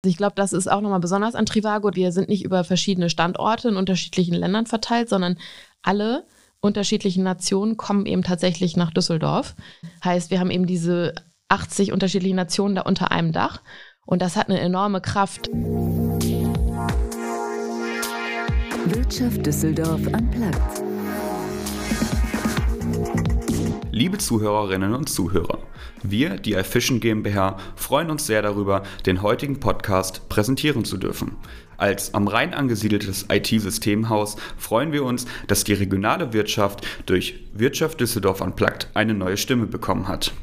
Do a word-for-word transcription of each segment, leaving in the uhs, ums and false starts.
Ich glaube, das ist auch nochmal besonders an Trivago. Wir sind nicht über verschiedene Standorte in unterschiedlichen Ländern verteilt, sondern alle unterschiedlichen Nationen kommen eben tatsächlich nach Düsseldorf. Heißt, wir haben eben diese achtzig unterschiedlichen Nationen da unter einem Dach und das hat eine enorme Kraft. Wirtschaft Düsseldorf unplugged. Liebe Zuhörerinnen und Zuhörer, wir, die iFision GmbH, freuen uns sehr darüber, den heutigen Podcast präsentieren zu dürfen. Als am Rhein angesiedeltes I T-Systemhaus freuen wir uns, dass die regionale Wirtschaft durch Wirtschaft Düsseldorf unplugged eine neue Stimme bekommen hat.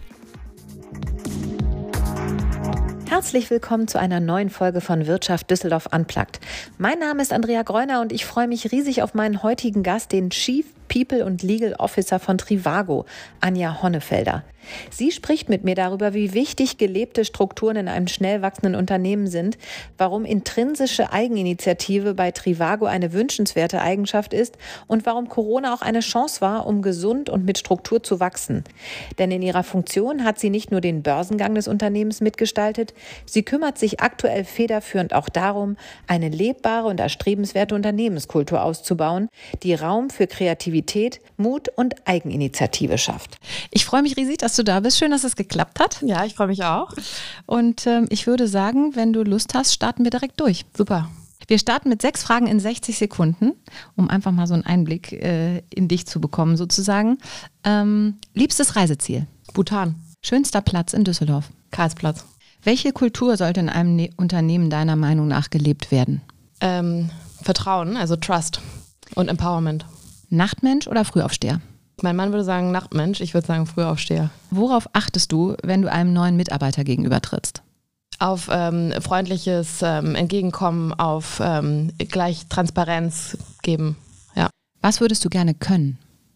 Herzlich willkommen zu einer neuen Folge von Wirtschaft Düsseldorf unplugged. Mein Name ist Andrea Greuner und ich freue mich riesig auf meinen heutigen Gast, den Chief People und Legal Officer von Trivago, Anja Honnefelder. Sie spricht mit mir darüber, wie wichtig gelebte Strukturen in einem schnell wachsenden Unternehmen sind, warum intrinsische Eigeninitiative bei Trivago eine wünschenswerte Eigenschaft ist und warum Corona auch eine Chance war, um gesund und mit Struktur zu wachsen. Denn in ihrer Funktion hat sie nicht nur den Börsengang des Unternehmens mitgestaltet, sie kümmert sich aktuell federführend auch darum, eine lebbare und erstrebenswerte Unternehmenskultur auszubauen, die Raum für Kreativität, Mut und Eigeninitiative schafft. Ich freue mich riesig, dass du da bist. Schön, dass es geklappt hat. Ja, ich freue mich auch. Und ähm, ich würde sagen, wenn du Lust hast, starten wir direkt durch. Super. Wir starten mit sechs Fragen in sechzig Sekunden, um einfach mal so einen Einblick äh, in dich zu bekommen sozusagen. Ähm, liebstes Reiseziel? Bhutan. Schönster Platz in Düsseldorf? Karlsplatz. Welche Kultur sollte in einem ne- Unternehmen deiner Meinung nach gelebt werden? Ähm, Vertrauen, also Trust und Empowerment. Nachtmensch oder Frühaufsteher? Mein Mann würde sagen Nachtmensch, ich würde sagen Frühaufsteher. Worauf achtest du, wenn du einem neuen Mitarbeiter gegenübertrittst? Auf ähm, freundliches ähm, Entgegenkommen, auf ähm, gleich Transparenz geben. Ja. Was würdest du gerne können?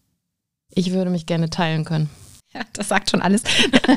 Ich würde mich gerne teilen können. Ja, das sagt schon alles.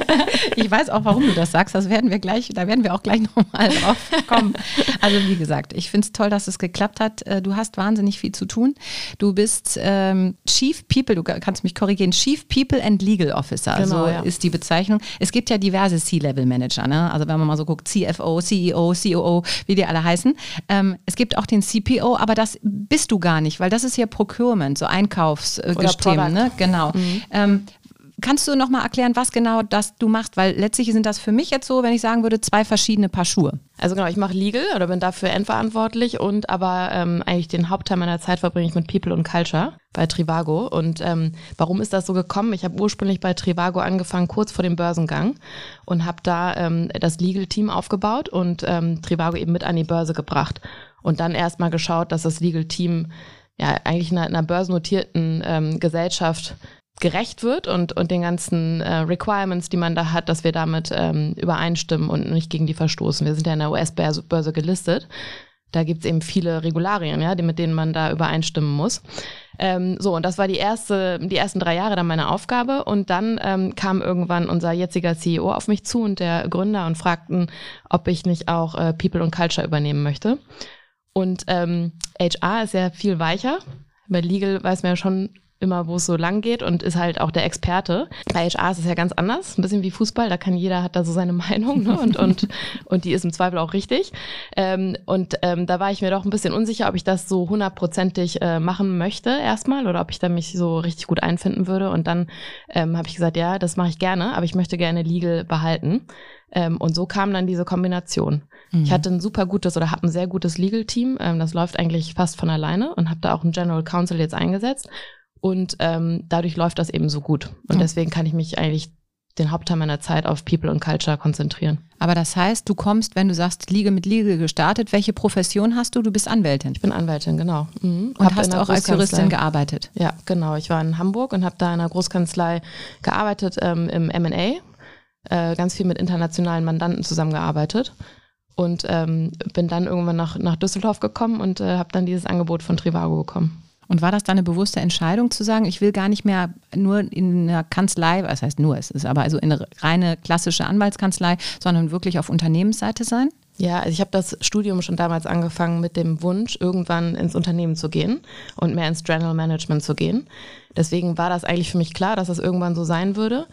Ich weiß auch, warum du das sagst. Das werden wir gleich, da werden wir auch gleich nochmal drauf kommen. Also wie gesagt, ich finde es toll, dass es geklappt hat. Du hast wahnsinnig viel zu tun. Du bist ähm, Chief People, du kannst mich korrigieren, Chief People and Legal Officer, genau, so ja. ist die Bezeichnung. Es gibt ja diverse C-Level-Manager, ne? Also wenn man mal so guckt, C F O, C E O, C O O, wie die alle heißen. Ähm, es gibt auch den C P O, aber das bist du gar nicht, weil das ist ja Procurement, so Einkaufsgestimmen, ne? Genau. Mhm. Ähm, Kannst du noch mal erklären, was genau das du machst? Weil letztlich sind das für mich jetzt so, wenn ich sagen würde, zwei verschiedene Paar Schuhe. Also genau, ich mache Legal oder bin dafür endverantwortlich und aber ähm, eigentlich den Hauptteil meiner Zeit verbringe ich mit People und Culture bei Trivago. Und ähm, warum ist das so gekommen? Ich habe ursprünglich bei Trivago angefangen, kurz vor dem Börsengang und habe da ähm, das Legal-Team aufgebaut und ähm, Trivago eben mit an die Börse gebracht. Und dann erst mal geschaut, dass das Legal-Team ja eigentlich in einer, in einer börsennotierten ähm, Gesellschaft gerecht wird und, und den ganzen äh, Requirements, die man da hat, dass wir damit ähm, übereinstimmen und nicht gegen die verstoßen. Wir sind ja in der U S-Börse gelistet. Da gibt's eben viele Regularien, ja, die, mit denen man da übereinstimmen muss. Ähm, so, und das war die erste, die ersten drei Jahre dann meine Aufgabe. Und dann ähm, kam irgendwann unser jetziger C E O auf mich zu und der Gründer und fragten, ob ich nicht auch äh, People und Culture übernehmen möchte. Und ähm, H R ist ja viel weicher. Bei Legal weiß man ja schon immer, wo es so lang geht und ist halt auch der Experte. Bei H R ist es ja ganz anders, ein bisschen wie Fußball, da kann jeder, hat da so seine Meinung, ne? und, und, und die ist im Zweifel auch richtig. Ähm, und ähm, da war ich mir doch ein bisschen unsicher, ob ich das so hundertprozentig äh, machen möchte erstmal oder ob ich da mich so richtig gut einfinden würde. Und dann ähm, habe ich gesagt, ja, das mache ich gerne, aber ich möchte gerne Legal behalten. Ähm, und so kam dann diese Kombination. Mhm. Ich hatte ein super gutes oder habe ein sehr gutes Legal-Team, ähm, das läuft eigentlich fast von alleine und habe da auch einen General Counsel jetzt eingesetzt. Und ähm, dadurch läuft das eben so gut. Und deswegen kann ich mich eigentlich den Hauptteil meiner Zeit auf People und Culture konzentrieren. Aber das heißt, du kommst, wenn du sagst, Legal mit Legal gestartet, welche Profession hast du? Du bist Anwältin. Ich bin Anwältin, genau. Mhm. Und Hab hast auch als Juristin gearbeitet? Ja, genau. Ich war in Hamburg und habe da in einer Großkanzlei gearbeitet ähm, im M und A. Äh, ganz viel mit internationalen Mandanten zusammengearbeitet. Und ähm, bin dann irgendwann nach, nach Düsseldorf gekommen und äh, habe dann dieses Angebot von Trivago bekommen. Und war das dann eine bewusste Entscheidung zu sagen, ich will gar nicht mehr nur in einer Kanzlei, was heißt nur, es ist aber also in eine reine klassische Anwaltskanzlei, sondern wirklich auf Unternehmensseite sein? Ja, also ich habe das Studium schon damals angefangen mit dem Wunsch, irgendwann ins Unternehmen zu gehen und mehr ins General Management zu gehen. Deswegen war das eigentlich für mich klar, dass das irgendwann so sein würde.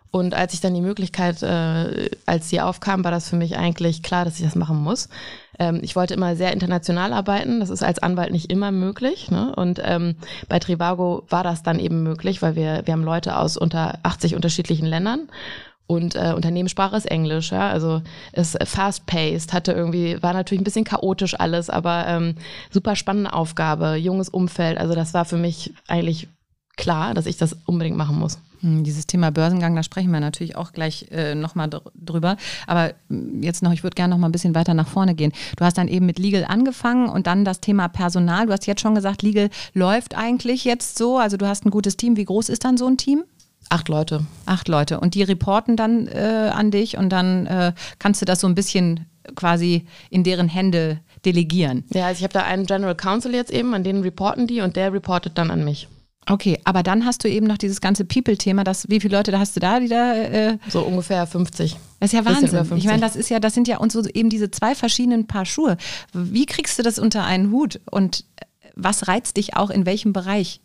Und als ich dann die Möglichkeit, äh, als die aufkam, war das für mich eigentlich klar, dass ich das machen muss. Ähm, ich wollte immer sehr international arbeiten. Das ist als Anwalt nicht immer möglich. Ne? Und ähm, bei Trivago war das dann eben möglich, weil wir, wir haben Leute aus unter achtzig unterschiedlichen Ländern. Und äh, Unternehmenssprache ist Englisch, ja, also ist fast-paced, hatte irgendwie, war natürlich ein bisschen chaotisch alles, aber ähm, super spannende Aufgabe, junges Umfeld, also das war für mich eigentlich klar, dass ich das unbedingt machen muss. Hm, dieses Thema Börsengang, da sprechen wir natürlich auch gleich äh, nochmal dr- drüber, aber jetzt noch, ich würde gerne noch mal ein bisschen weiter nach vorne gehen. Du hast dann eben mit Legal angefangen und dann das Thema Personal, du hast jetzt schon gesagt, Legal läuft eigentlich jetzt so, also du hast ein gutes Team, wie groß ist dann so ein Team? Acht Leute. Acht Leute. Und die reporten dann äh, an dich und dann äh, kannst du das so ein bisschen quasi in deren Hände delegieren. Ja, also ich habe da einen General Counsel jetzt eben, an den reporten die und der reportet dann an mich. Okay, aber dann hast du eben noch dieses ganze People-Thema, das, wie viele Leute da hast du da, die da? Äh, so ungefähr fünfzig. Das ist ja Bisschen über Wahnsinn. fünfzig. Ich meine, das ist ja, das sind ja uns so eben diese zwei verschiedenen Paar Schuhe. Wie kriegst du das unter einen Hut und was reizt dich auch in welchem Bereich?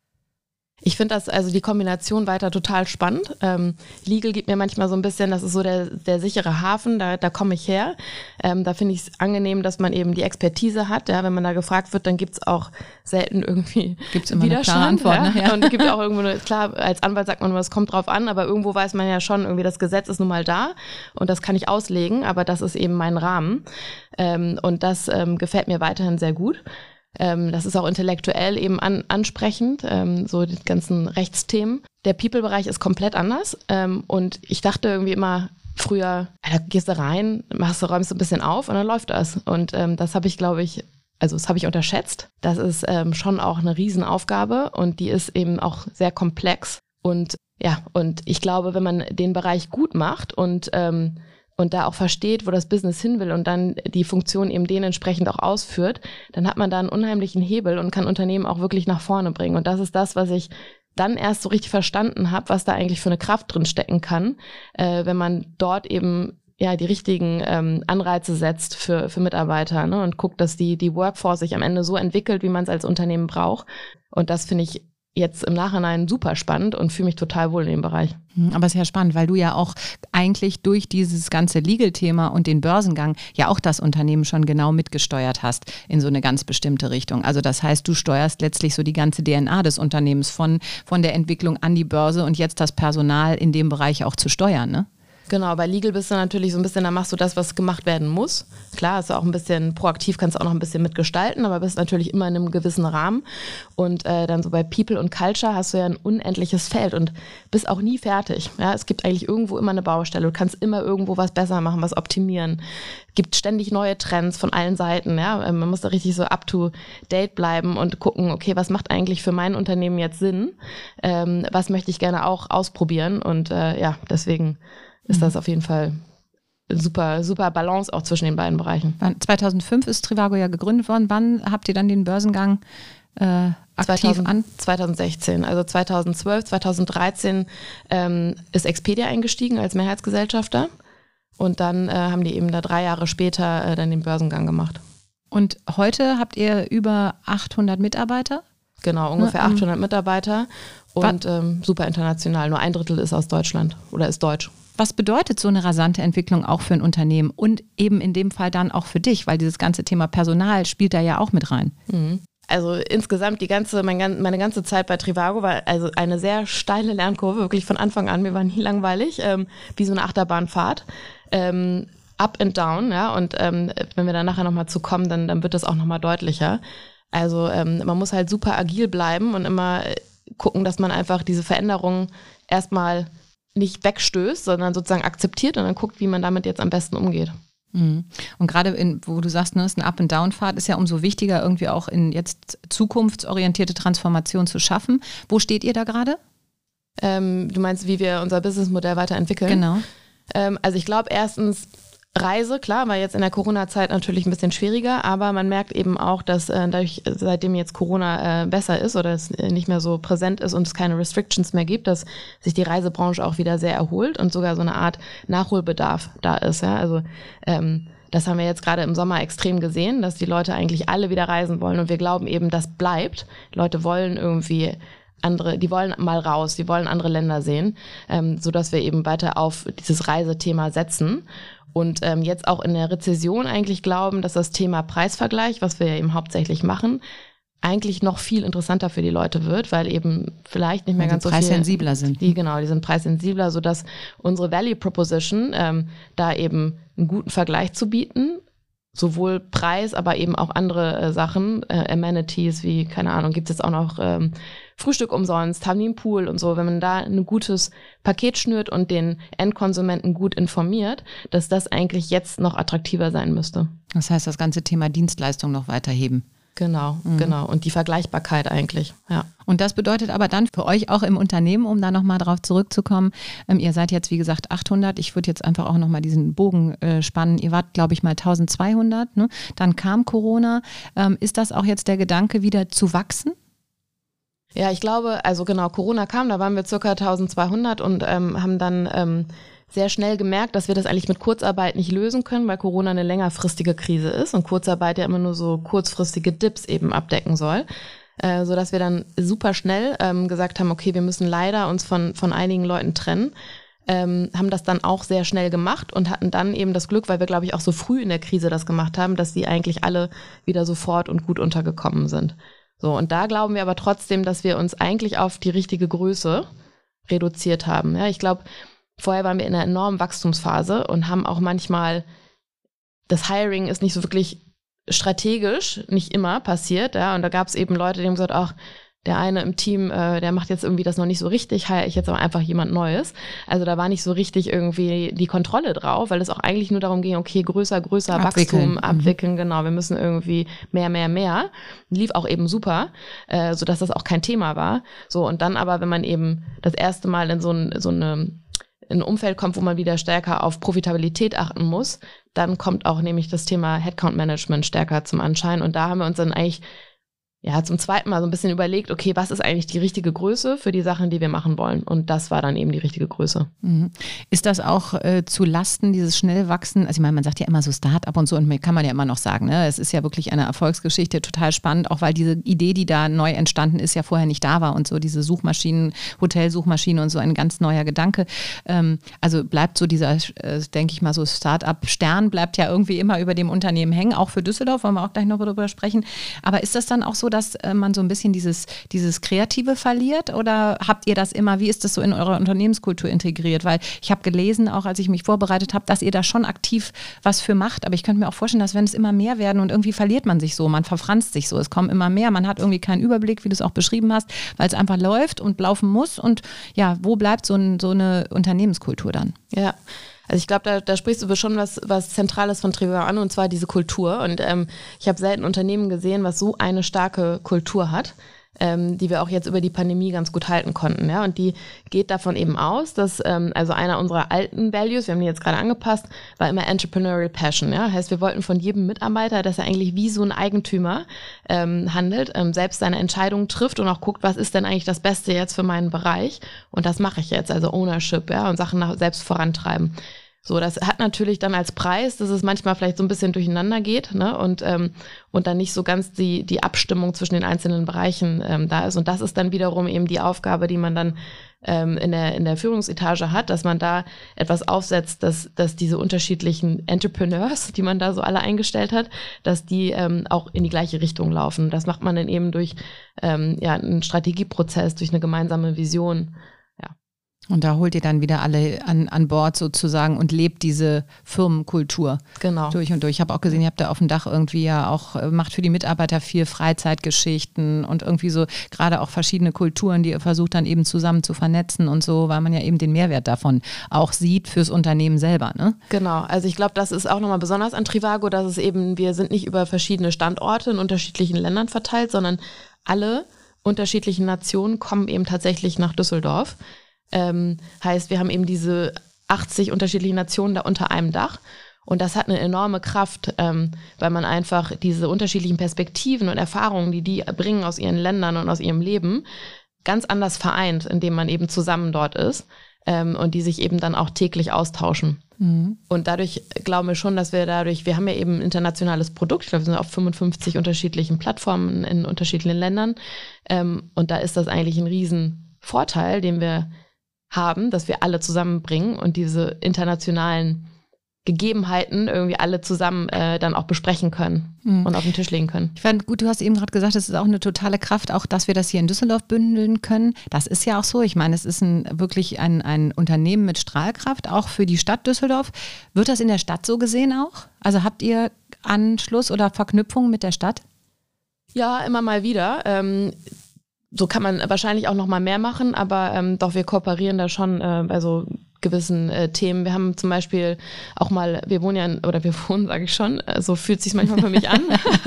Ich finde das, also die Kombination weiter total spannend. Ähm, Legal gibt mir manchmal so ein bisschen, das ist so der, der sichere Hafen, da, da komme ich her. Ähm, da finde ich es angenehm, dass man eben die Expertise hat. Ja, wenn man da gefragt wird, dann gibt es auch selten irgendwie Gibt's immer Widerstand. Eine klare Antwort, ja? ne? Ja. Und es gibt auch irgendwo, eine, klar, als Anwalt sagt man, es kommt drauf an, aber irgendwo weiß man ja schon, irgendwie das Gesetz ist nun mal da und das kann ich auslegen, aber das ist eben mein Rahmen. Ähm, und das ähm, gefällt mir weiterhin sehr gut. Ähm, das ist auch intellektuell eben an, ansprechend, ähm, so die ganzen Rechtsthemen. Der People-Bereich ist komplett anders ähm, und ich dachte irgendwie immer früher, ja, da gehst du rein, machst du, räumst du ein bisschen auf und dann läuft das. Und ähm, das habe ich, glaube ich, also das habe ich unterschätzt. Das ist ähm, schon auch eine Riesenaufgabe und die ist eben auch sehr komplex. Und ja, und ich glaube, wenn man den Bereich gut macht und ähm, und da auch versteht, wo das Business hin will und dann die Funktion eben dementsprechend auch ausführt, dann hat man da einen unheimlichen Hebel und kann Unternehmen auch wirklich nach vorne bringen. Und das ist das, was ich dann erst so richtig verstanden habe, was da eigentlich für eine Kraft drin stecken kann, äh, wenn man dort eben ja die richtigen ähm, Anreize setzt für, für Mitarbeiter, ne, und guckt, dass die, die Workforce sich am Ende so entwickelt, wie man es als Unternehmen braucht. Und das finde ich jetzt im Nachhinein super spannend und fühle mich total wohl in dem Bereich. Aber es ist ja spannend, weil du ja auch eigentlich durch dieses ganze Legal-Thema und den Börsengang ja auch das Unternehmen schon genau mitgesteuert hast in so eine ganz bestimmte Richtung. Also das heißt, du steuerst letztlich so die ganze D N A des Unternehmens von, von der Entwicklung an die Börse und jetzt das Personal in dem Bereich auch zu steuern, ne? Genau, bei Legal bist du natürlich so ein bisschen, da machst du das, was gemacht werden muss. Klar, ist auch ein bisschen proaktiv, kannst auch noch ein bisschen mitgestalten, aber bist natürlich immer in einem gewissen Rahmen. Und äh, dann so bei People und Culture hast du ja ein unendliches Feld und bist auch nie fertig. Ja, es gibt eigentlich irgendwo immer eine Baustelle. Du kannst immer irgendwo was besser machen, was optimieren. Es gibt ständig neue Trends von allen Seiten. Ja, man muss da richtig so up to date bleiben und gucken, okay, was macht eigentlich für mein Unternehmen jetzt Sinn? Ähm, was möchte ich gerne auch ausprobieren? Und äh, ja, deswegen ist das auf jeden Fall super, super Balance auch zwischen den beiden Bereichen. zweitausendfünf ist Trivago ja gegründet worden. Wann habt ihr dann den Börsengang äh, aktiv zweitausend, an? zweitausendsechzehn, also zweitausendzwölf, zweitausenddreizehn ähm, ist Expedia eingestiegen als Mehrheitsgesellschafter und dann äh, haben die eben da drei Jahre später äh, dann den Börsengang gemacht. Und heute habt ihr über achthundert Mitarbeiter? Genau, ungefähr Ja, ähm, achthundert Mitarbeiter und ähm, super international. Nur ein Drittel ist aus Deutschland oder ist deutsch. Was bedeutet so eine rasante Entwicklung auch für ein Unternehmen und eben in dem Fall dann auch für dich, weil dieses ganze Thema Personal spielt da ja auch mit rein. Mhm. Also insgesamt die ganze, mein, meine ganze Zeit bei Trivago war also eine sehr steile Lernkurve, wirklich von Anfang an. Mir war nie langweilig, ähm, wie so eine Achterbahnfahrt. Ähm, up and down, ja. Und ähm, wenn wir da nachher nochmal zu kommen, dann, dann wird das auch nochmal deutlicher. Also ähm, man muss halt super agil bleiben und immer gucken, dass man einfach diese Veränderungen erstmal nicht wegstößt, sondern sozusagen akzeptiert und dann guckt, wie man damit jetzt am besten umgeht. Mhm. Und gerade in, wo du sagst, ne, ist eine Up-and-Down-Fahrt, ist ja umso wichtiger, irgendwie auch in jetzt zukunftsorientierte Transformation zu schaffen. Wo steht ihr da gerade? Ähm, du meinst, wie wir unser Businessmodell weiterentwickeln? Genau. Ähm, also ich glaube erstens, Reise, klar, war jetzt in der Corona-Zeit natürlich ein bisschen schwieriger, aber man merkt eben auch, dass äh, dadurch, seitdem jetzt Corona äh, besser ist oder es äh, nicht mehr so präsent ist und es keine Restrictions mehr gibt, dass sich die Reisebranche auch wieder sehr erholt und sogar so eine Art Nachholbedarf da ist. Ja? Also ähm, das haben wir jetzt gerade im Sommer extrem gesehen, dass die Leute eigentlich alle wieder reisen wollen und wir glauben eben, das bleibt. Leute wollen irgendwie andere, die wollen mal raus, die wollen andere Länder sehen, ähm, sodass wir eben weiter auf dieses Reisethema setzen. Und ähm, jetzt auch in der Rezession eigentlich glauben, dass das Thema Preisvergleich, was wir ja eben hauptsächlich machen, eigentlich noch viel interessanter für die Leute wird, weil eben vielleicht nicht mehr weil ganz die so viel... preissensibler sind. Die, genau, die sind preissensibler, sodass unsere Value Proposition ähm, da eben einen guten Vergleich zu bieten, sowohl Preis, aber eben auch andere äh, Sachen, äh, Amenities wie, keine Ahnung, gibt es jetzt auch noch ähm, Frühstück umsonst, haben die einen Pool und so. Wenn man da ein gutes Paket schnürt und den Endkonsumenten gut informiert, dass das eigentlich jetzt noch attraktiver sein müsste. Das heißt, das ganze Thema Dienstleistung noch weiterheben. Genau, mhm. genau. Und die Vergleichbarkeit eigentlich, ja. Und das bedeutet aber dann für euch auch im Unternehmen, um da nochmal drauf zurückzukommen, ähm, ihr seid jetzt wie gesagt achthundert, ich würde jetzt einfach auch nochmal diesen Bogen äh, spannen, ihr wart glaube ich mal eintausendzweihundert, ne? Dann kam Corona, ähm, ist das auch jetzt der Gedanke wieder zu wachsen? Ja, ich glaube, also genau, Corona kam, da waren wir circa eintausendzweihundert und ähm, haben dann ähm, sehr schnell gemerkt, dass wir das eigentlich mit Kurzarbeit nicht lösen können, weil Corona eine längerfristige Krise ist und Kurzarbeit ja immer nur so kurzfristige Dips eben abdecken soll, äh, sodass wir dann super schnell ähm, gesagt haben, okay, wir müssen leider uns von von einigen Leuten trennen, ähm, haben das dann auch sehr schnell gemacht und hatten dann eben das Glück, weil wir, glaube ich, auch so früh in der Krise das gemacht haben, dass sie eigentlich alle wieder sofort und gut untergekommen sind. So, und da glauben wir aber trotzdem, dass wir uns eigentlich auf die richtige Größe reduziert haben. Ja, ich glaube, vorher waren wir in einer enormen Wachstumsphase und haben auch manchmal, das Hiring ist nicht so wirklich strategisch, nicht immer passiert, ja, und da gab es eben Leute, die haben gesagt, ach, der eine im Team, äh, der macht jetzt irgendwie das noch nicht so richtig, hire ich jetzt aber einfach jemand Neues. Also da war nicht so richtig irgendwie die Kontrolle drauf, weil es auch eigentlich nur darum ging, okay, größer, größer, abwickeln. Wachstum, abwickeln, mhm. genau, wir müssen irgendwie mehr, mehr, mehr. Lief auch eben super, äh, sodass das auch kein Thema war. So, und dann aber, wenn man eben das erste Mal in so, ein, so eine ein Umfeld kommt, wo man wieder stärker auf Profitabilität achten muss, dann kommt auch nämlich das Thema Headcount-Management stärker zum Anschein. Und da haben wir uns dann eigentlich ja zum zweiten Mal so ein bisschen überlegt, okay, was ist eigentlich die richtige Größe für die Sachen, die wir machen wollen? Und das war dann eben die richtige Größe. Mhm. Ist das auch äh, zu Lasten, dieses Schnellwachsen? Also ich meine, man sagt ja immer so Start-up und so, und kann man ja immer noch sagen, ne? Es ist ja wirklich eine Erfolgsgeschichte, total spannend, auch weil diese Idee, die da neu entstanden ist, ja vorher nicht da war und so diese Suchmaschinen, Hotelsuchmaschinen und so ein ganz neuer Gedanke. Ähm, also bleibt so dieser, äh, denke ich mal, so Start-up-Stern bleibt ja irgendwie immer über dem Unternehmen hängen, auch für Düsseldorf, wollen wir auch gleich noch darüber sprechen. Aber ist das dann auch so, dass man so ein bisschen dieses, dieses Kreative verliert, oder habt ihr das immer, wie ist das so in eurer Unternehmenskultur integriert? Weil ich habe gelesen, auch als ich mich vorbereitet habe, dass ihr da schon aktiv was für macht, aber ich könnte mir auch vorstellen, dass wenn es immer mehr werden und irgendwie verliert man sich so, man verfranst sich so, es kommen immer mehr, man hat irgendwie keinen Überblick, wie du es auch beschrieben hast, weil es einfach läuft und laufen muss, und ja, wo bleibt so, ein, so eine Unternehmenskultur dann? Ja, also ich glaube, da, da sprichst du schon was, was Zentrales von Trivago an, und zwar diese Kultur. Und ähm, ich habe selten Unternehmen gesehen, was so eine starke Kultur hat, ähm, die wir auch jetzt über die Pandemie ganz gut halten konnten. Ja? Und die geht davon eben aus, dass ähm, also einer unserer alten Values, wir haben die jetzt gerade angepasst, war immer Entrepreneurial Passion. Ja? Heißt, wir wollten von jedem Mitarbeiter, dass er eigentlich wie so ein Eigentümer ähm, handelt, ähm, selbst seine Entscheidungen trifft und auch guckt, was ist denn eigentlich das Beste jetzt für meinen Bereich, und das mache ich jetzt, also Ownership, ja, und Sachen nach, selbst vorantreiben. So, das hat natürlich dann als Preis, dass es manchmal vielleicht so ein bisschen durcheinander geht, ne, und ähm, und dann nicht so ganz die die Abstimmung zwischen den einzelnen Bereichen ähm, da ist. Und das ist dann wiederum eben die Aufgabe, die man dann ähm, in der in der Führungsetage hat, dass man da etwas aufsetzt, dass dass diese unterschiedlichen Entrepreneurs, die man da so alle eingestellt hat, dass die ähm, auch in die gleiche Richtung laufen. Das macht man dann eben durch ähm, ja einen Strategieprozess, durch eine gemeinsame Vision. Und da holt ihr dann wieder alle an, an Bord sozusagen und lebt diese Firmenkultur genau. durch und durch. Ich habe auch gesehen, ihr habt da auf dem Dach irgendwie ja auch, macht für die Mitarbeiter viel Freizeitgeschichten und irgendwie so gerade auch verschiedene Kulturen, die ihr versucht dann eben zusammen zu vernetzen und so, weil man ja eben den Mehrwert davon auch sieht fürs Unternehmen selber, ne? Genau, also ich glaube, das ist auch nochmal besonders an Trivago, dass es eben, wir sind nicht über verschiedene Standorte in unterschiedlichen Ländern verteilt, sondern alle unterschiedlichen Nationen kommen eben tatsächlich nach Düsseldorf. Ähm, heißt, wir haben eben diese achtzig unterschiedliche Nationen da unter einem Dach, und das hat eine enorme Kraft, ähm, weil man einfach diese unterschiedlichen Perspektiven und Erfahrungen, die die bringen aus ihren Ländern und aus ihrem Leben, ganz anders vereint, indem man eben zusammen dort ist ähm, und die sich eben dann auch täglich austauschen. Mhm. Und dadurch glauben wir schon, dass wir dadurch, wir haben ja eben ein internationales Produkt, ich glaube, wir sind auf fünfundfünfzig unterschiedlichen Plattformen in unterschiedlichen Ländern. Ähm, und da ist das eigentlich ein Riesenvorteil, den wir haben, dass wir alle zusammenbringen und diese internationalen Gegebenheiten irgendwie alle zusammen äh, dann auch besprechen können mhm. und auf den Tisch legen können. Ich fand gut, du hast eben gerade gesagt, es ist auch eine totale Kraft, auch dass wir das hier in Düsseldorf bündeln können. Das ist ja auch so. Ich meine, es ist ein, wirklich ein, ein Unternehmen mit Strahlkraft, auch für die Stadt Düsseldorf. Wird das in der Stadt so gesehen auch? Also habt ihr Anschluss oder Verknüpfung mit der Stadt? Ja, immer mal wieder. Ähm, so kann man wahrscheinlich auch noch mal mehr machen, aber ähm, doch, wir kooperieren da schon äh, bei so gewissen äh, Themen. Wir haben zum Beispiel auch mal, wir wohnen ja, in, oder wir wohnen, sage ich schon, äh, so fühlt es sich manchmal für mich an.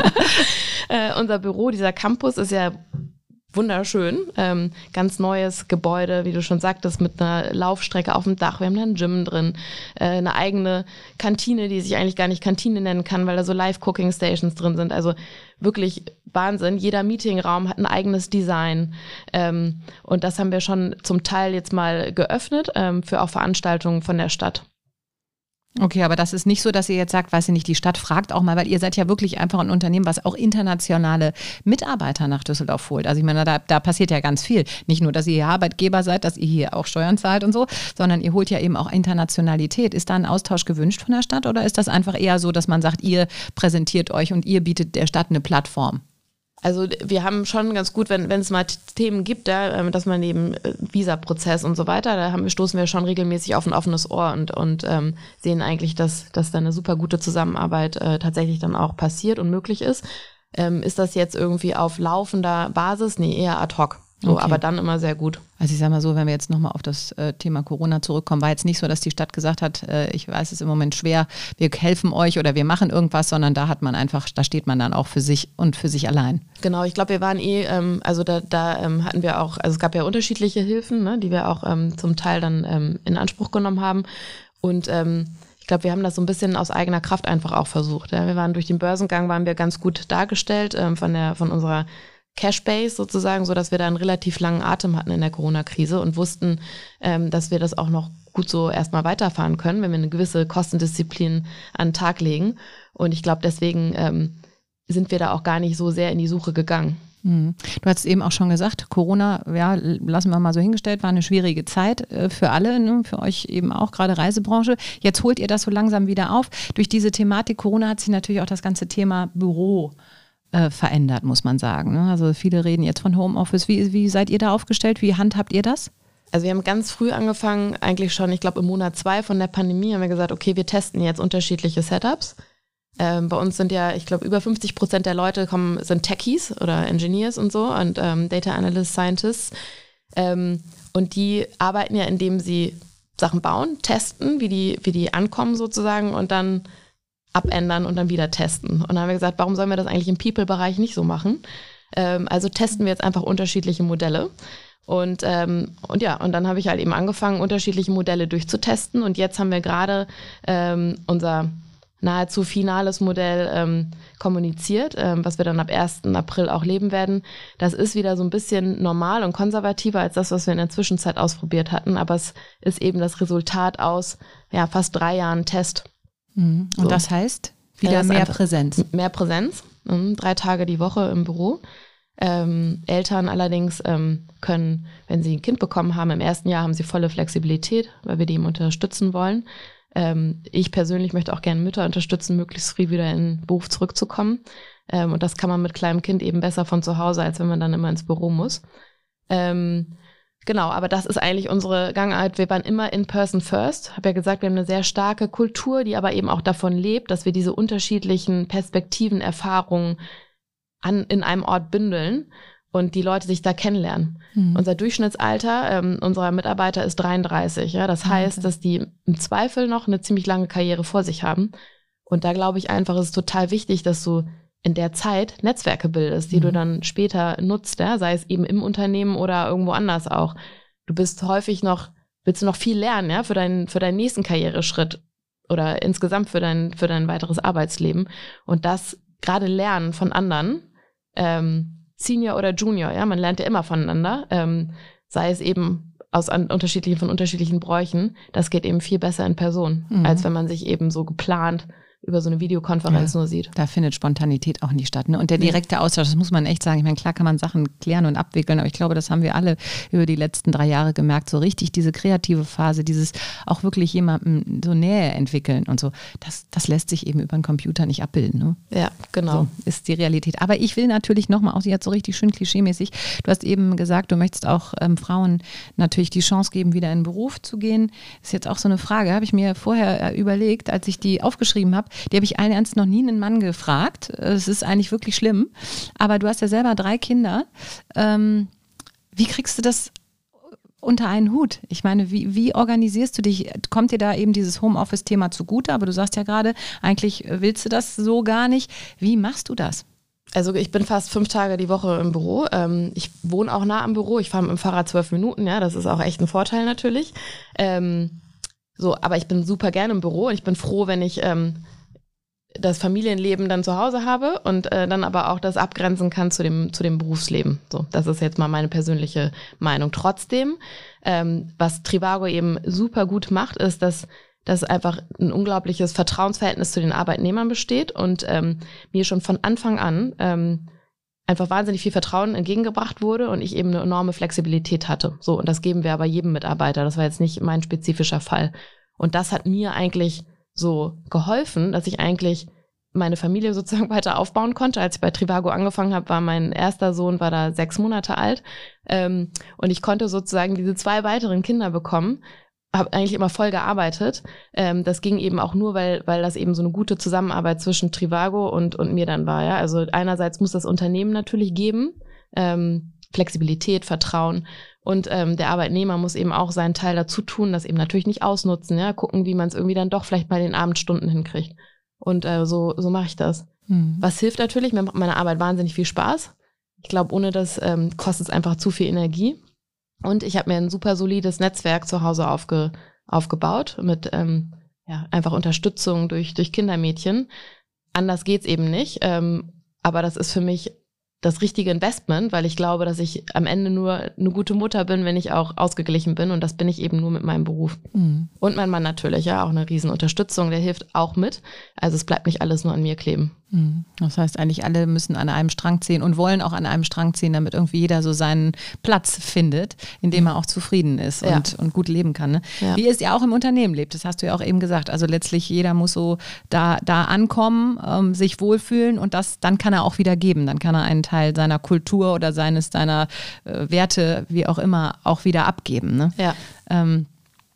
äh, unser Büro, dieser Campus ist ja wunderschön. Ähm, ganz neues Gebäude, wie du schon sagtest, mit einer Laufstrecke auf dem Dach. Wir haben da ein Gym drin, äh, eine eigene Kantine, die sich eigentlich gar nicht Kantine nennen kann, weil da so Live-Cooking-Stations drin sind. Also wirklich Wahnsinn. Jeder Meetingraum hat ein eigenes Design. Ähm, und das haben wir schon zum Teil jetzt mal geöffnet ähm, für auch Veranstaltungen von der Stadt. Okay, aber das ist nicht so, dass ihr jetzt sagt, weiß ich nicht, die Stadt fragt auch mal, weil ihr seid ja wirklich einfach ein Unternehmen, was auch internationale Mitarbeiter nach Düsseldorf holt. Also ich meine, da, da passiert ja ganz viel. Nicht nur, dass ihr hier Arbeitgeber seid, dass ihr hier auch Steuern zahlt und so, sondern ihr holt ja eben auch Internationalität. Ist da ein Austausch gewünscht von der Stadt oder ist das einfach eher so, dass man sagt, ihr präsentiert euch und ihr bietet der Stadt eine Plattform? Also wir haben schon ganz gut, wenn wenn es mal Themen gibt, ja, dass man eben Visa-Prozess und so weiter, da haben, stoßen wir schon regelmäßig auf ein offenes Ohr und, und ähm, sehen eigentlich, dass, dass da eine super gute Zusammenarbeit äh, tatsächlich dann auch passiert und möglich ist. Ähm, ist das jetzt irgendwie auf laufender Basis? Nee, eher ad hoc. So, okay. Aber dann immer sehr gut. Also ich sage mal so, wenn wir jetzt nochmal auf das äh, Thema Corona zurückkommen, war jetzt nicht so, dass die Stadt gesagt hat, äh, ich weiß, es ist im Moment schwer, wir helfen euch oder wir machen irgendwas, sondern da hat man einfach, da steht man dann auch für sich und für sich allein. Genau, ich glaube, wir waren eh, ähm, also da, da ähm, hatten wir auch, also es gab ja unterschiedliche Hilfen, ne, die wir auch ähm, zum Teil dann ähm, in Anspruch genommen haben und ähm, ich glaube, wir haben das so ein bisschen aus eigener Kraft einfach auch versucht. Ja. Wir waren durch den Börsengang, waren wir ganz gut dargestellt ähm, von der, von unserer Cashbase sozusagen, so dass wir da einen relativ langen Atem hatten in der Corona-Krise und wussten, ähm, dass wir das auch noch gut so erstmal weiterfahren können, wenn wir eine gewisse Kostendisziplin an den Tag legen. Und ich glaube, deswegen ähm, sind wir da auch gar nicht so sehr in die Suche gegangen. Mhm. Du hast eben auch schon gesagt, Corona, ja, lassen wir mal so hingestellt, war eine schwierige Zeit äh, für alle, ne? Für euch eben auch, gerade Reisebranche. Jetzt holt ihr das so langsam wieder auf. Durch diese Thematik Corona hat sich natürlich auch das ganze Thema Büro verändert, muss man sagen. Also viele reden jetzt von Homeoffice. Wie, wie seid ihr da aufgestellt? Wie handhabt ihr das? Also wir haben ganz früh angefangen, eigentlich schon, ich glaube im Monat zwei von der Pandemie haben wir gesagt, okay, wir testen jetzt unterschiedliche Setups. Ähm, bei uns sind ja, ich glaube, über fünfzig Prozent der Leute kommen, sind Techies oder Engineers und so und ähm, Data Analysts, Scientists. Ähm, und die arbeiten ja, indem sie Sachen bauen, testen, wie die, wie die ankommen sozusagen und dann abändern und dann wieder testen. Und dann haben wir gesagt, warum sollen wir das eigentlich im People-Bereich nicht so machen? Ähm, also testen wir jetzt einfach unterschiedliche Modelle. Und, ähm, und ja, und dann habe ich halt eben angefangen, unterschiedliche Modelle durchzutesten. Und jetzt haben wir gerade ähm, unser nahezu finales Modell ähm, kommuniziert, ähm, was wir dann ab ersten April auch leben werden. Das ist wieder so ein bisschen normal und konservativer als das, was wir in der Zwischenzeit ausprobiert hatten. Aber es ist eben das Resultat aus ja, fast drei Jahren Test. Und so. Das heißt, wieder das mehr Präsenz. Mehr Präsenz, drei Tage die Woche im Büro. Ähm, Eltern allerdings ähm, können, wenn sie ein Kind bekommen haben, im ersten Jahr haben sie volle Flexibilität, weil wir die eben unterstützen wollen. Ähm, ich persönlich möchte auch gerne Mütter unterstützen, möglichst früh wieder in den Beruf zurückzukommen. Ähm, und das kann man mit kleinem Kind eben besser von zu Hause, als wenn man dann immer ins Büro muss. Ähm, Genau, aber das ist eigentlich unsere Gangart. Wir waren immer in person first. Ich habe ja gesagt, wir haben eine sehr starke Kultur, die aber eben auch davon lebt, dass wir diese unterschiedlichen Perspektiven, Erfahrungen an, in einem Ort bündeln und die Leute sich da kennenlernen. Mhm. Unser Durchschnittsalter ähm, unserer Mitarbeiter ist dreiunddreißig. Ja? Das heißt, okay. dass die im Zweifel noch eine ziemlich lange Karriere vor sich haben. Und da glaube ich einfach, es ist total wichtig, dass du in der Zeit Netzwerke bildest, die mhm. du dann später nutzt, ja? Sei es eben im Unternehmen oder irgendwo anders auch. Du bist häufig noch, willst du noch viel lernen, ja, für deinen, für deinen nächsten Karriereschritt oder insgesamt für dein, für dein weiteres Arbeitsleben. Und das gerade Lernen von anderen, ähm, Senior oder Junior, ja, man lernt ja immer voneinander, ähm, sei es eben aus an unterschiedlichen, von unterschiedlichen Bräuchen, das geht eben viel besser in Person, mhm. als wenn man sich eben so geplant über so eine Videokonferenz ja, nur sieht. Da findet Spontanität auch nicht statt. Ne? Und der direkte Austausch, das muss man echt sagen. Ich meine, klar kann man Sachen klären und abwickeln, aber ich glaube, das haben wir alle über die letzten drei Jahre gemerkt. So richtig diese kreative Phase, dieses auch wirklich jemandem so Nähe entwickeln und so, das, das lässt sich eben über einen Computer nicht abbilden. Ne? Ja, genau. So ist die Realität. Aber ich will natürlich nochmal, auch jetzt so richtig schön klischeemäßig, du hast eben gesagt, du möchtest auch ähm, Frauen natürlich die Chance geben, wieder in den Beruf zu gehen. Das ist jetzt auch so eine Frage, habe ich mir vorher äh, überlegt, als ich die aufgeschrieben habe. Die habe ich allen ernst noch nie einen Mann gefragt. Es ist eigentlich wirklich schlimm. Aber du hast ja selber drei Kinder. Ähm, wie kriegst du das unter einen Hut? Ich meine, wie, wie organisierst du dich? Kommt dir da eben dieses Homeoffice-Thema zugute? Aber du sagst ja gerade, eigentlich willst du das so gar nicht. Wie machst du das? Also ich bin fast fünf Tage die Woche im Büro. Ich wohne auch nah am Büro. Ich fahre mit dem Fahrrad zwölf Minuten. Ja, das ist auch echt ein Vorteil natürlich. Ähm, so, aber ich bin super gerne im Büro und ich bin froh, wenn ich ähm, das Familienleben dann zu Hause habe und äh, dann aber auch das abgrenzen kann zu dem, zu dem Berufsleben. So, das ist jetzt mal meine persönliche Meinung. Trotzdem, ähm, was Trivago eben super gut macht, ist, dass, dass einfach ein unglaubliches Vertrauensverhältnis zu den Arbeitnehmern besteht und ähm, mir schon von Anfang an ähm, einfach wahnsinnig viel Vertrauen entgegengebracht wurde und ich eben eine enorme Flexibilität hatte. So, und das geben wir aber jedem Mitarbeiter. Das war jetzt nicht mein spezifischer Fall. Und das hat mir eigentlich so geholfen, dass ich eigentlich meine Familie sozusagen weiter aufbauen konnte. Als ich bei Trivago angefangen habe, war mein erster Sohn, war da sechs Monate alt. Ähm, und ich konnte sozusagen diese zwei weiteren Kinder bekommen, habe eigentlich immer voll gearbeitet. Ähm, das ging eben auch nur, weil weil das eben so eine gute Zusammenarbeit zwischen Trivago und und mir dann war. Ja, also einerseits muss das Unternehmen natürlich geben, ähm, Flexibilität, Vertrauen. Und ähm, der Arbeitnehmer muss eben auch seinen Teil dazu tun, das eben natürlich nicht ausnutzen, ja, gucken, wie man es irgendwie dann doch vielleicht bei den Abendstunden hinkriegt. Und äh, so so mache ich das. Mhm. Was hilft natürlich, mir macht meine Arbeit wahnsinnig viel Spaß. Ich glaube, ohne das ähm, kostet es einfach zu viel Energie. Und ich habe mir ein super solides Netzwerk zu Hause aufge, aufgebaut mit ähm, ja, einfach Unterstützung durch, durch Kindermädchen. Anders geht's eben nicht. Ähm, aber das ist für mich das richtige Investment, weil ich glaube, dass ich am Ende nur eine gute Mutter bin, wenn ich auch ausgeglichen bin. Und das bin ich eben nur mit meinem Beruf. Mhm. Und mein Mann natürlich, ja, auch eine riesen Unterstützung, der hilft auch mit. Also es bleibt nicht alles nur an mir kleben. Mhm. Das heißt, eigentlich alle müssen an einem Strang ziehen und wollen auch an einem Strang ziehen, damit irgendwie jeder so seinen Platz findet, in dem er auch zufrieden ist und, ja. und gut leben kann. Ne? Ja. Wie es ja auch im Unternehmen lebt, das hast du ja auch eben gesagt. Also letztlich jeder muss so da, da ankommen, ähm, sich wohlfühlen und das, dann kann er auch wieder geben. Dann kann er einen Teil seiner Kultur oder seines, seiner äh, Werte, wie auch immer, auch wieder abgeben. Ne? Ja. Ähm,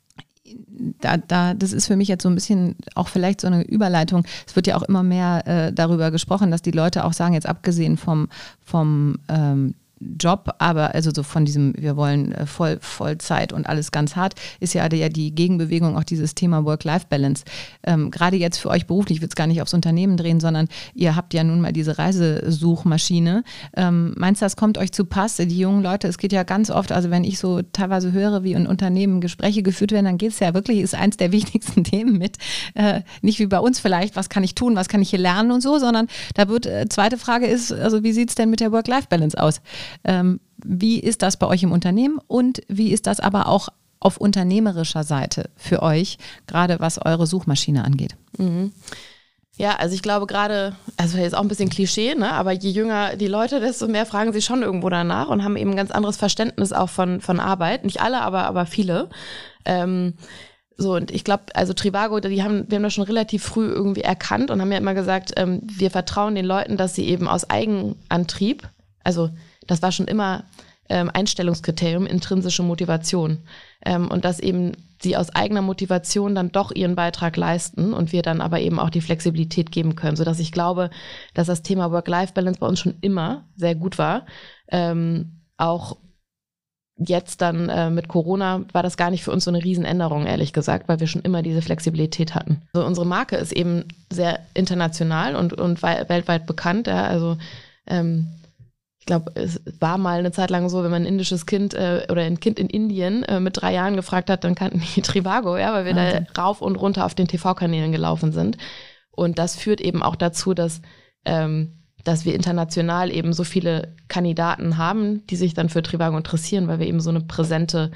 Da, da, das ist für mich jetzt so ein bisschen auch vielleicht so eine Überleitung. Es wird ja auch immer mehr äh, darüber gesprochen, dass die Leute auch sagen, jetzt abgesehen vom, vom ähm, Job, aber also so von diesem, wir wollen äh, voll, Vollzeit und alles ganz hart, ist ja die, die Gegenbewegung auch dieses Thema Work-Life-Balance. Ähm, gerade jetzt für euch beruflich, ich will es gar nicht aufs Unternehmen drehen, sondern ihr habt ja nun mal diese Reisesuchmaschine. Ähm, meinst du, das kommt euch zu Pass? Die jungen Leute, es geht ja ganz oft, also wenn ich so teilweise höre, wie in Unternehmen Gespräche geführt werden, dann geht es ja wirklich, ist eins der wichtigsten Themen mit. Äh, nicht wie bei uns vielleicht, was kann ich tun, was kann ich hier lernen und so, sondern da wird, äh, zweite Frage ist, also wie sieht es denn mit der Work-Life-Balance aus? Ähm, wie ist das bei euch im Unternehmen und wie ist das aber auch auf unternehmerischer Seite für euch, gerade was eure Suchmaschine angeht? Mhm. Ja, also ich glaube gerade, also jetzt auch ein bisschen Klischee, ne? Aber je jünger die Leute, desto mehr fragen sie schon irgendwo danach und haben eben ein ganz anderes Verständnis auch von, von Arbeit. Nicht alle, aber, aber viele. Ähm, So, und ich glaube, also Trivago, die haben, wir haben das schon relativ früh irgendwie erkannt und haben ja immer gesagt, ähm, wir vertrauen den Leuten, dass sie eben aus Eigenantrieb, also das war schon immer ähm, Einstellungskriterium, intrinsische Motivation. Ähm, und dass eben sie aus eigener Motivation dann doch ihren Beitrag leisten und wir dann aber eben auch die Flexibilität geben können, sodass ich glaube, dass das Thema Work-Life-Balance bei uns schon immer sehr gut war. Ähm, auch jetzt dann äh, mit Corona war das gar nicht für uns so eine Riesenänderung, ehrlich gesagt, weil wir schon immer diese Flexibilität hatten. Also unsere Marke ist eben sehr international und, und wei- weltweit bekannt. Ja, also ähm, ich glaube, es war mal eine Zeit lang so, wenn man ein indisches Kind äh, oder ein Kind in Indien äh, mit drei Jahren gefragt hat, dann kannten die Trivago, ja, weil wir okay. da rauf und runter auf den T V-Kanälen gelaufen sind. Und das führt eben auch dazu, dass ähm, dass wir international eben so viele Kandidaten haben, die sich dann für Trivago interessieren, weil wir eben so eine präsente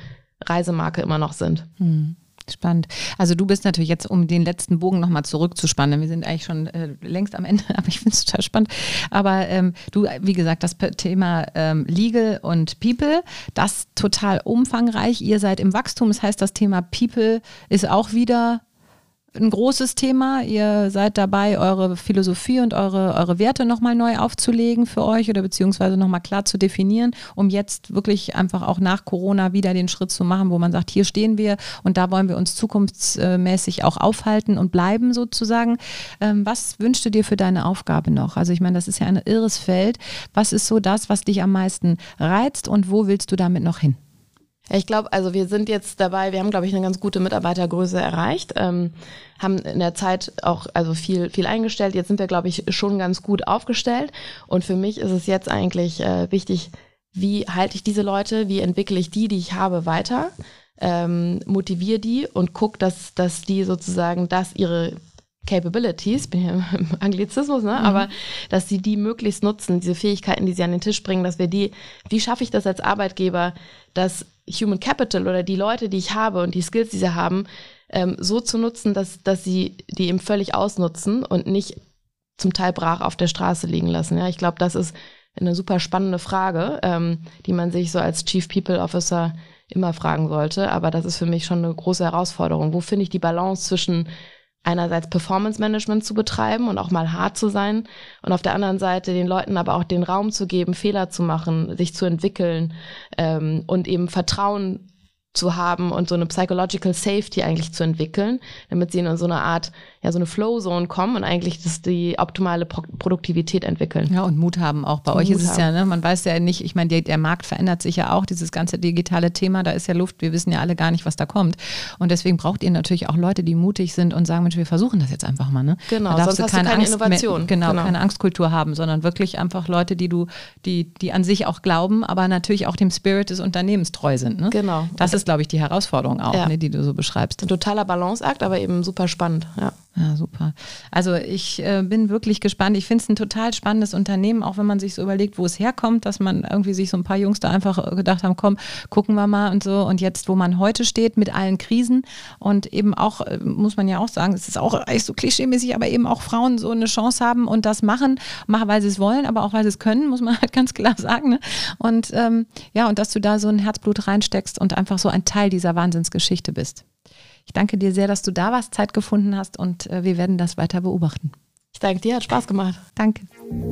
Reisemarke immer noch sind. Hm. Spannend. Also du bist natürlich jetzt, um den letzten Bogen nochmal zurückzuspannen, wir sind eigentlich schon äh, längst am Ende, aber ich finde es total spannend. Aber ähm, du, wie gesagt, das Thema ähm, Legal und People, das total umfangreich. Ihr seid im Wachstum, das heißt, das Thema People ist auch wieder ein großes Thema. Ihr seid dabei, eure Philosophie und eure, eure Werte nochmal neu aufzulegen für euch oder beziehungsweise nochmal klar zu definieren, um jetzt wirklich einfach auch nach Corona wieder den Schritt zu machen, wo man sagt, hier stehen wir und da wollen wir uns zukunftsmäßig auch aufhalten und bleiben sozusagen. Ähm, was wünschst du dir für deine Aufgabe noch? Also ich meine, das ist ja ein irres Feld. Was ist so das, was dich am meisten reizt und wo willst du damit noch hin? Ja, ich glaube, also wir sind jetzt dabei, wir haben, glaube ich, eine ganz gute Mitarbeitergröße erreicht, ähm, haben in der Zeit auch also viel viel eingestellt. Jetzt sind wir, glaube ich, schon ganz gut aufgestellt. Und für mich ist es jetzt eigentlich äh, wichtig, wie halte ich diese Leute, wie entwickle ich die, die ich habe, weiter, ähm, motiviere die und gucke, dass, dass die sozusagen das ihre Capabilities, bin ja im Anglizismus, ne? Mhm. Aber dass sie die möglichst nutzen, diese Fähigkeiten, die sie an den Tisch bringen, dass wir die, wie schaffe ich das als Arbeitgeber, dass Human Capital oder die Leute, die ich habe und die Skills, die sie haben, ähm, so zu nutzen, dass, dass sie die eben völlig ausnutzen und nicht zum Teil brach auf der Straße liegen lassen. Ja, ich glaube, das ist eine super spannende Frage, ähm, die man sich so als Chief People Officer immer fragen sollte. Aber das ist für mich schon eine große Herausforderung. Wo finde ich die Balance zwischen einerseits Performance Management zu betreiben und auch mal hart zu sein und auf der anderen Seite den Leuten aber auch den Raum zu geben, Fehler zu machen, sich zu entwickeln ähm, und eben Vertrauen zu haben und so eine Psychological Safety eigentlich zu entwickeln, damit sie in so eine Art, ja, so eine Flow-Zone kommen und eigentlich das die optimale Pro- Produktivität entwickeln. Ja, und Mut haben auch. Bei und euch Mut ist es haben. ja, ne, man weiß ja nicht, ich meine, der, der Markt verändert sich ja auch, dieses ganze digitale Thema, da ist ja Luft, wir wissen ja alle gar nicht, was da kommt. Und deswegen braucht ihr natürlich auch Leute, die mutig sind und sagen, Mensch, wir versuchen das jetzt einfach mal, ne? Genau, sonst hast keine du keine Angst Innovation. Mehr, genau, genau, keine Angstkultur haben, sondern wirklich einfach Leute, die du, die, die an sich auch glauben, aber natürlich auch dem Spirit des Unternehmens treu sind, ne? Genau. Das ist, glaube ich, die Herausforderung auch, ja. ne, die du so beschreibst. Ein totaler Balanceakt, aber eben super spannend, ja. Ja, super. Also ich äh, bin wirklich gespannt. Ich finde es ein total spannendes Unternehmen, auch wenn man sich so überlegt, wo es herkommt, dass man irgendwie sich so ein paar Jungs da einfach gedacht haben, komm, gucken wir mal und so. Und jetzt, wo man heute steht mit allen Krisen und eben auch, äh, muss man ja auch sagen, es ist auch echt so klischeemäßig, aber eben auch Frauen so eine Chance haben und das machen, machen, weil sie es wollen, aber auch weil sie es können, muss man halt ganz klar sagen. Ne? Und ähm, ja, und dass du da so ein Herzblut reinsteckst und einfach so ein Teil dieser Wahnsinnsgeschichte bist. Ich danke dir sehr, dass du da warst, Zeit gefunden hast und äh, wir werden das weiter beobachten. Ich danke dir, hat Spaß gemacht. Danke.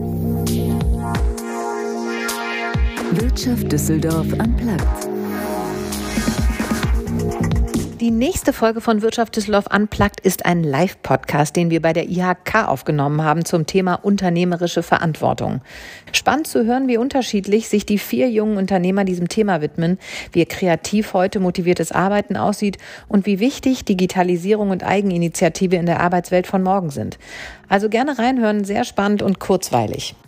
Wirtschaft Düsseldorf unplugged. Die nächste Folge von Wirtschaft Düsseldorf unplugged ist ein Live-Podcast, den wir bei der I H K aufgenommen haben zum Thema unternehmerische Verantwortung. Spannend zu hören, wie unterschiedlich sich die vier jungen Unternehmer diesem Thema widmen, wie kreativ heute motiviertes Arbeiten aussieht und wie wichtig Digitalisierung und Eigeninitiative in der Arbeitswelt von morgen sind. Also gerne reinhören, sehr spannend und kurzweilig.